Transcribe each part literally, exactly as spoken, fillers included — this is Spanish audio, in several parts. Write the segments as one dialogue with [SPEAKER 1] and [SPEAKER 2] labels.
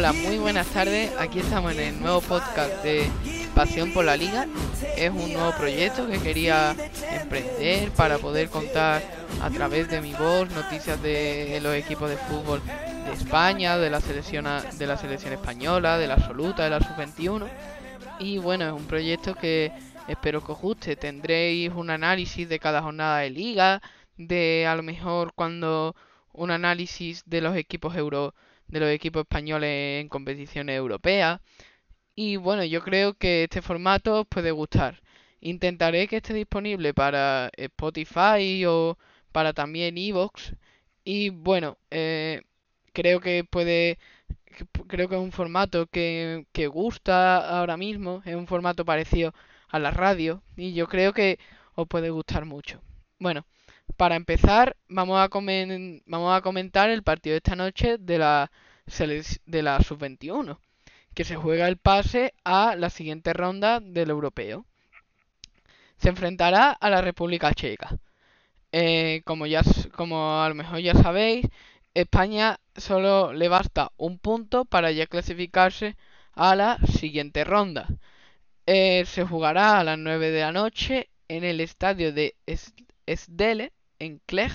[SPEAKER 1] Hola, muy buenas tardes. Aquí estamos en el nuevo podcast de Pasión por la Liga. Es un nuevo proyecto que quería emprender para poder contar a través de mi voz noticias de los equipos de fútbol de España, de la selección, a- de la selección española, de la absoluta, de la sub veintiuno. Y bueno, es un proyecto que espero que os guste. Tendréis un análisis de cada jornada de liga, de a lo mejor cuando un análisis de los equipos euro, de los equipos españoles en competiciones europeas. Y bueno, yo creo que este formato os puede gustar. Intentaré que esté disponible para Spotify o para también iVoox. Y bueno, eh, creo que puede que p- creo que es un formato que, que gusta ahora mismo, es un formato parecido a la radio y yo creo que os puede gustar mucho. Bueno, para empezar, vamos a comen- vamos a comentar el partido de esta noche de la selec- de la sub veintiuno, que se juega el pase a la siguiente ronda del europeo. Se enfrentará a la República Checa. Eh, como ya, s- como a lo mejor ya sabéis, España solo le basta un punto para ya clasificarse a la siguiente ronda. Eh, se jugará a las nueve de la noche en el estadio de Es- Esdele, en Cleg.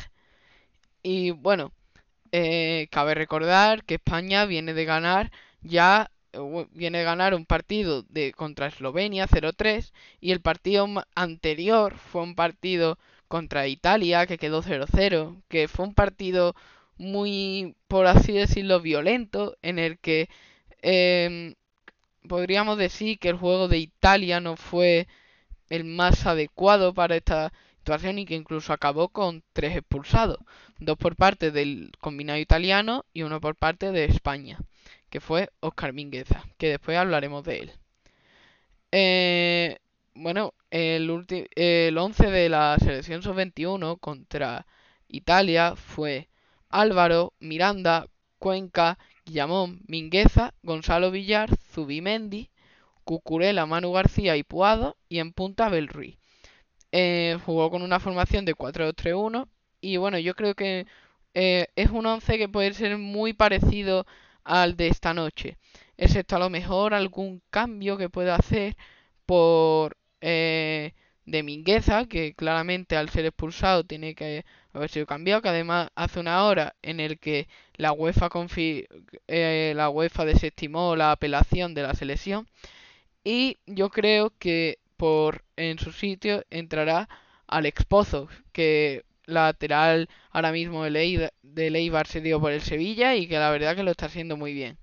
[SPEAKER 1] Y bueno, eh, cabe recordar que España viene de ganar ya eh, u- viene de ganar un partido de contra Eslovenia cero tres, y el partido ma- anterior fue un partido contra Italia que quedó cero cero, que fue un partido muy, por así decirlo, violento, en el que em, podríamos decir que el juego de Italia no fue el más adecuado para esta situación y que incluso acabó con tres expulsados, dos por parte del combinado italiano y uno por parte de España, que fue Óscar Mingueza, que después hablaremos de él. Eh, bueno, el, ulti- el once de la selección sub veintiuno contra Italia fue Álvaro, Miranda, Cuenca, Guillamón, Mingueza, Gonzalo Villar, Zubimendi, Cucurella, Manu García y Puado, y en punta Belruiz. Eh, jugó con una formación de cuatro dos tres uno y bueno, yo creo que eh, es un once que puede ser muy parecido al de esta noche, excepto a lo mejor algún cambio que pueda hacer por eh, de Mingueza, que claramente al ser expulsado tiene que haber sido cambiado, que además hace una hora en el que la UEFA confi- eh, la UEFA desestimó la apelación de la selección, y yo creo que por en su sitio entrará Alex Pozo, que lateral ahora mismo del Eibar, del Eibar cedido por el Sevilla y que la verdad que lo está haciendo muy bien.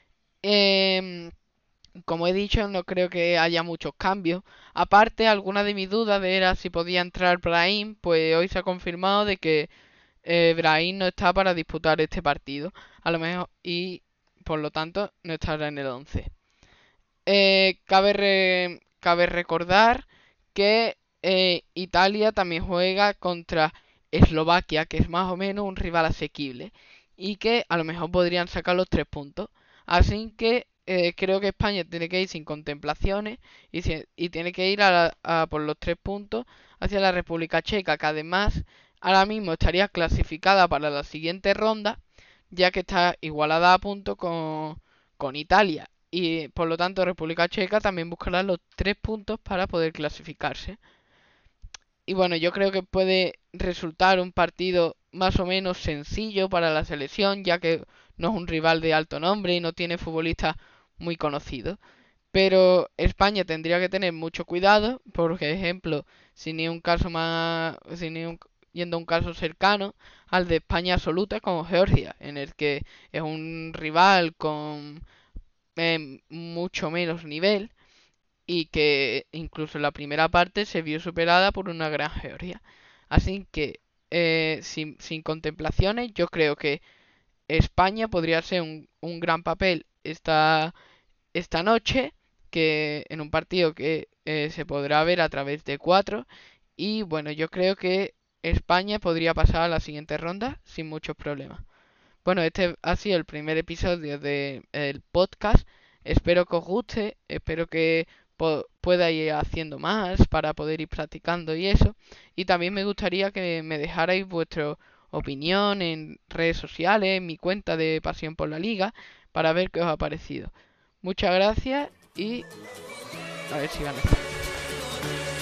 [SPEAKER 1] Em, como he dicho, no creo que haya muchos cambios. Aparte, alguna de mis dudas de era si podía entrar Brahim, pues hoy se ha confirmado de que eh, Brahim no está para disputar este partido. A lo mejor, y por lo tanto no estará en el once. Eh, cabe, re- cabe recordar que eh, Italia también juega contra Eslovaquia, que es más o menos un rival asequible, y que a lo mejor podrían sacar los tres puntos. Así que eh, creo que España tiene que ir sin contemplaciones y, si- y tiene que ir a la- a por los tres puntos hacia la República Checa, que además ahora mismo estaría clasificada para la siguiente ronda, ya que está igualada a punto con, con Italia. Y por lo tanto República Checa también buscará los tres puntos para poder clasificarse. Y bueno, yo creo que puede resultar un partido más o menos sencillo para la selección, ya que no es un rival de alto nombre y no tiene futbolistas muy conocidos. Pero España tendría que tener mucho cuidado, por ejemplo, sin ir un caso más, sin ir un- yendo a un caso cercano al de España absoluta con Georgia, en el que es un rival con eh, mucho menos nivel y que incluso en la primera parte se vio superada por una gran Georgia. Así que, eh, sin, sin contemplaciones, yo creo que España podría ser un, un gran papel esta, esta noche, que en un partido que eh, se podrá ver a través de cuatro. Y bueno, yo creo que España podría pasar a la siguiente ronda sin muchos problemas. Bueno, este ha sido el primer episodio del podcast. Espero que os guste, espero que po- pueda ir haciendo más para poder ir practicando y eso. Y también me gustaría que me dejarais vuestra opinión en redes sociales, en mi cuenta de Pasión por la Liga, para ver qué os ha parecido. Muchas gracias y a ver si gana España.